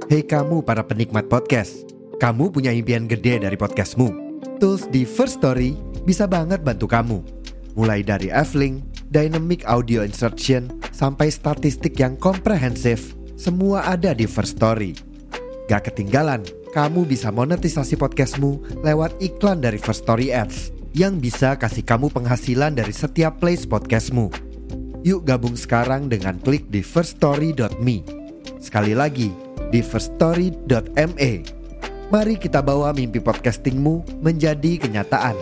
Hei kamu para penikmat podcast, kamu punya impian gede dari podcastmu. Tools di First Story bisa banget bantu kamu. Mulai dari F-Link, Dynamic Audio Insertion, sampai statistik yang komprehensif, semua ada di First Story. Gak ketinggalan, kamu bisa monetisasi podcastmu lewat iklan dari First Story Ads yang bisa kasih kamu penghasilan dari setiap plays podcastmu. Yuk gabung sekarang dengan klik di firststory.me. Sekali lagi, di firststory.me. Mari kita bawa mimpi podcastingmu menjadi kenyataan.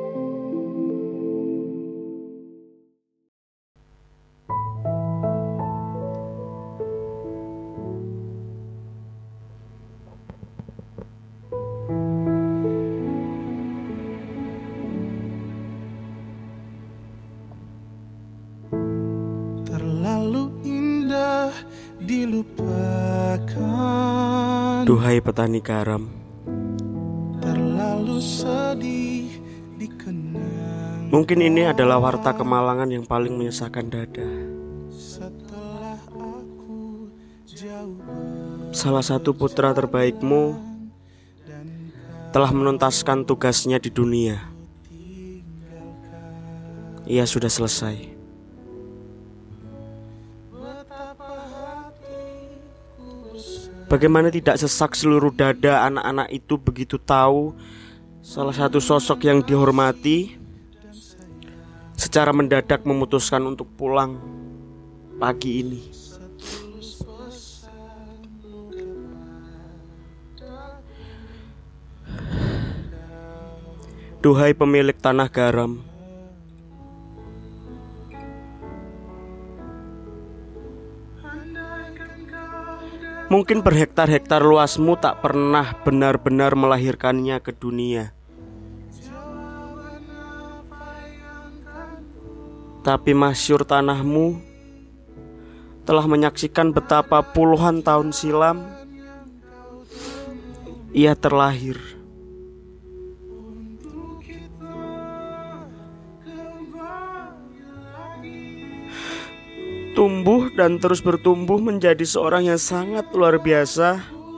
Terlalu indah dilupakan, Duhai petani garam, terlalu sedih dikenang. mungkin ini adalah warta kemalangan yang paling menyesakkan dada. Setelah aku jauh Salah satu putra terbaikmu telah menuntaskan tugasnya di dunia. Ia sudah selesai. Bagaimana tidak sesak seluruh dada anak-anak itu begitu tahu salah satu sosok yang dihormati secara mendadak memutuskan untuk pulang pagi ini. Duhai pemilik tanah garam, mungkin berhektar-hektar luasmu tak pernah benar-benar melahirkannya ke dunia. Tapi masyhur tanahmu telah menyaksikan betapa puluhan tahun silam ia terlahir. Tumbuh dan terus bertumbuh menjadi seorang yang sangat luar biasa,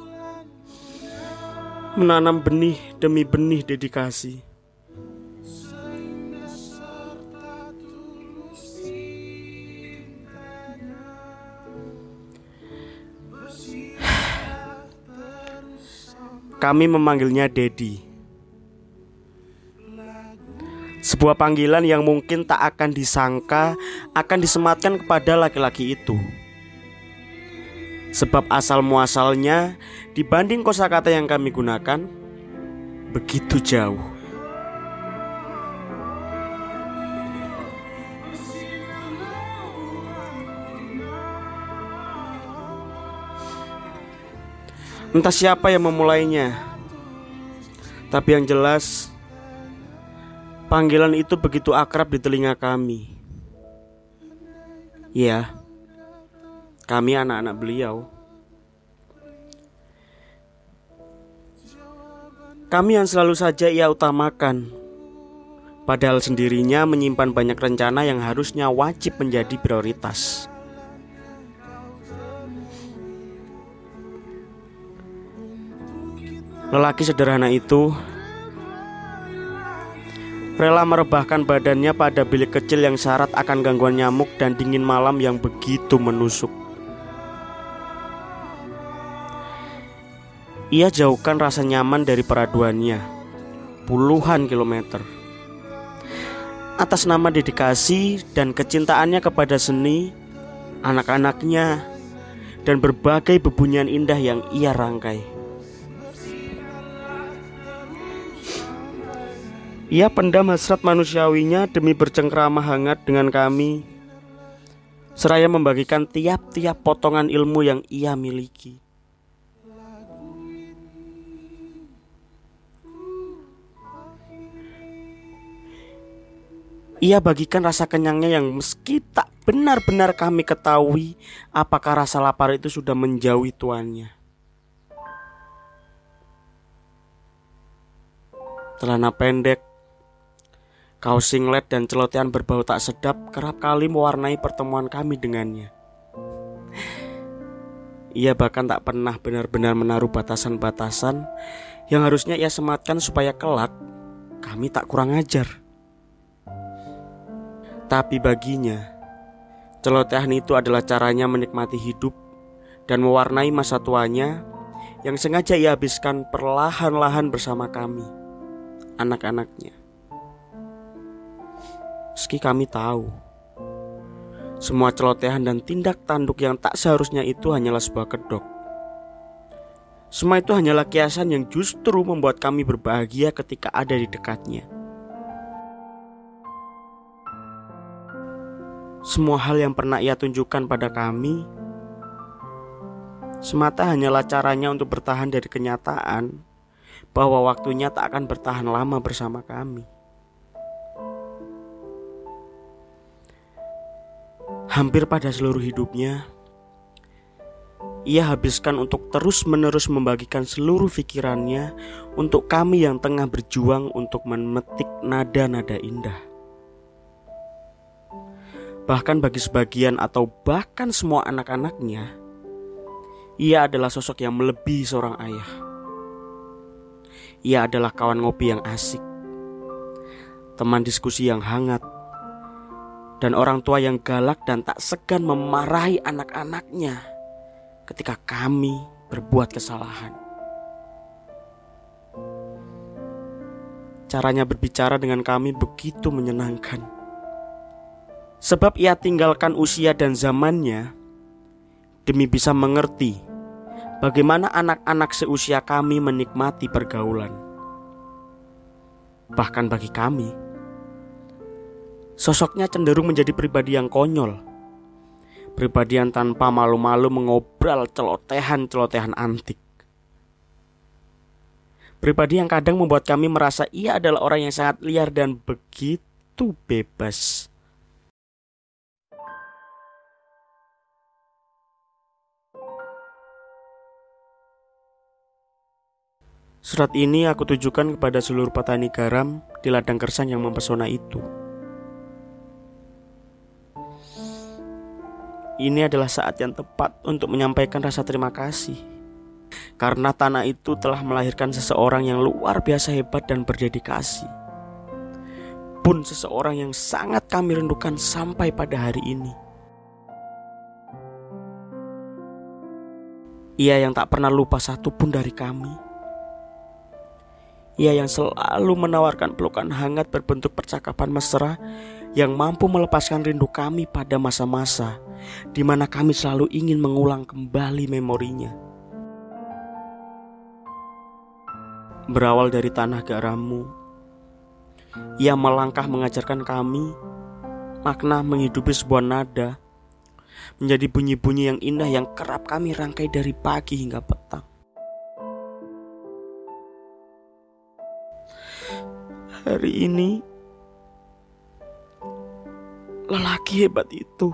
menanam benih demi benih dedikasi. Kami memanggilnya Dedi. Sebuah panggilan yang mungkin tak akan disangka akan disematkan kepada laki-laki itu. Sebab asal muasalnya dibanding kosakata yang kami gunakan begitu jauh. Entah siapa yang memulainya, tapi yang jelas panggilan itu begitu akrab di telinga kami. Ya, kami anak-anak beliau. Kami yang selalu saja ia utamakan, padahal sendirinya menyimpan banyak rencana yang harusnya wajib menjadi prioritas. Lelaki sederhana itu rela merebahkan badannya pada bilik kecil yang syarat akan gangguan nyamuk dan dingin malam yang begitu menusuk. Ia jauhkan rasa nyaman dari peraduannya puluhan kilometer atas nama dedikasi dan kecintaannya kepada seni, anak-anaknya, dan berbagai bebunyian indah yang ia rangkai. Ia pendam hasrat manusiawinya demi bercengkrama hangat dengan kami, seraya membagikan tiap-tiap potongan ilmu yang ia miliki. Ia bagikan rasa kenyangnya yang meski tak benar-benar kami ketahui apakah rasa lapar itu sudah menjauhi tuannya. Celana pendek, kaos singlet dan celotehan berbau tak sedap kerap kali mewarnai pertemuan kami dengannya. Ia bahkan tak pernah benar-benar menaruh batasan-batasan yang harusnya ia sematkan supaya kelak kami tak kurang ajar. Tapi baginya, celotehan itu adalah caranya menikmati hidup dan mewarnai masa tuanya yang sengaja ia habiskan perlahan-lahan bersama kami, anak-anaknya. Meski kami tahu semua celotehan dan tindak tanduk yang tak seharusnya itu hanyalah sebuah kedok. Semua itu hanyalah kiasan yang justru membuat kami berbahagia ketika ada di dekatnya. Semua hal yang pernah ia tunjukkan pada kami semata hanyalah caranya untuk bertahan dari kenyataan bahwa waktunya tak akan bertahan lama bersama kami. Hampir pada seluruh hidupnya, ia habiskan untuk terus-menerus membagikan seluruh pikirannya untuk kami yang tengah berjuang untuk memetik nada-nada indah. Bahkan bagi sebagian atau bahkan semua anak-anaknya, ia adalah sosok yang melebihi seorang ayah. Ia adalah kawan ngopi yang asik, teman diskusi yang hangat, dan orang tua yang galak dan tak segan memarahi anak-anaknya ketika kami berbuat kesalahan. Caranya berbicara dengan kami begitu menyenangkan. Sebab ia tinggalkan usia dan zamannya demi bisa mengerti bagaimana anak-anak seusia kami menikmati pergaulan. Bahkan bagi kami, sosoknya cenderung menjadi pribadi yang konyol, pribadi yang tanpa malu-malu mengobrol celotehan-celotehan antik, pribadi yang kadang membuat kami merasa ia adalah orang yang sangat liar dan begitu bebas. Surat ini aku tujukan kepada seluruh petani garam di ladang Kersan yang mempesona itu. Ini adalah saat yang tepat untuk menyampaikan rasa terima kasih, karena tanah itu telah melahirkan seseorang yang luar biasa hebat dan berdedikasi. Pun seseorang yang sangat kami rindukan sampai pada hari ini. Ia yang tak pernah lupa satupun dari kami. Ia yang selalu menawarkan pelukan hangat berbentuk percakapan mesra yang mampu melepaskan rindu kami pada masa-masa di mana kami selalu ingin mengulang kembali memorinya. Berawal dari tanah garammu, ia melangkah mengajarkan kami makna menghidupi sebuah nada menjadi bunyi-bunyi yang indah yang kerap kami rangkai dari pagi hingga petang. Hari ini, lelaki hebat itu,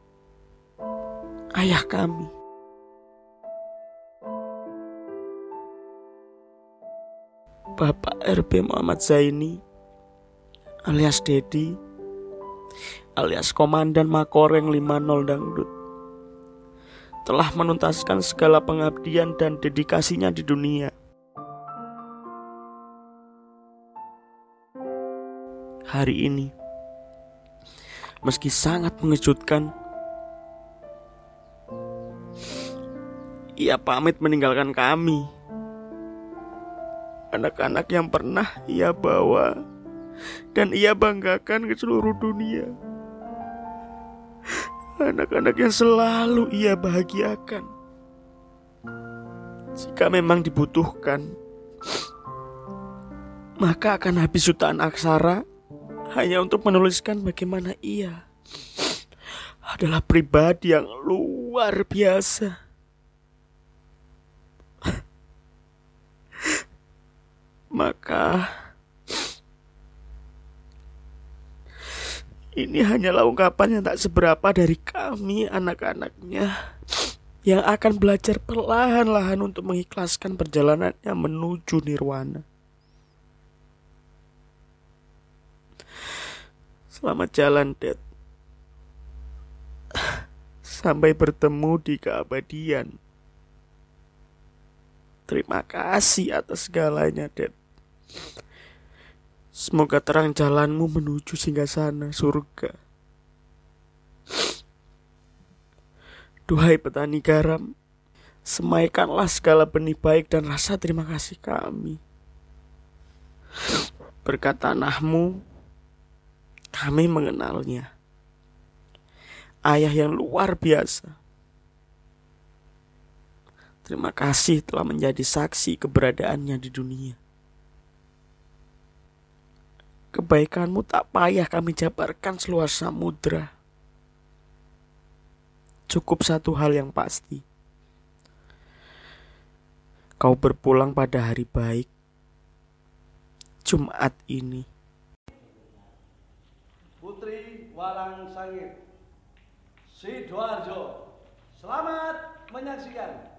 ayah kami, Bapak RB Muhammad Zaini, alias Dedi, alias Komandan Makoreng 50 Dangdut, telah menuntaskan segala pengabdian dan dedikasinya di dunia. Hari ini, meski sangat mengejutkan, ia pamit meninggalkan kami, anak-anak yang pernah ia bawa dan ia banggakan ke seluruh dunia, anak-anak yang selalu ia bahagiakan. Jika memang dibutuhkan, maka akan habis jutaan aksara hanya untuk menuliskan bagaimana ia adalah pribadi yang luar biasa. Maka ini hanyalah ungkapan yang tak seberapa dari kami anak-anaknya yang akan belajar perlahan-lahan untuk mengikhlaskan perjalanannya menuju nirwana. Selamat jalan, Dad. Sampai bertemu di keabadian. Terima kasih atas segalanya, Dad. Semoga terang jalanmu menuju singgasana surga. Duhai petani garam, semaikanlah segala benih baik dan rasa terima kasih kami. Berkat tanahmu, kami mengenalnya. Ayah yang luar biasa. Terima kasih telah menjadi saksi keberadaannya di dunia. Kebaikanmu tak payah kami jabarkan seluas samudra. Cukup satu hal yang pasti. Kau berpulang pada hari baik, Jumat ini. Putri Walang Sangit, Sidoarjo, selamat menyaksikan.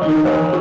Thank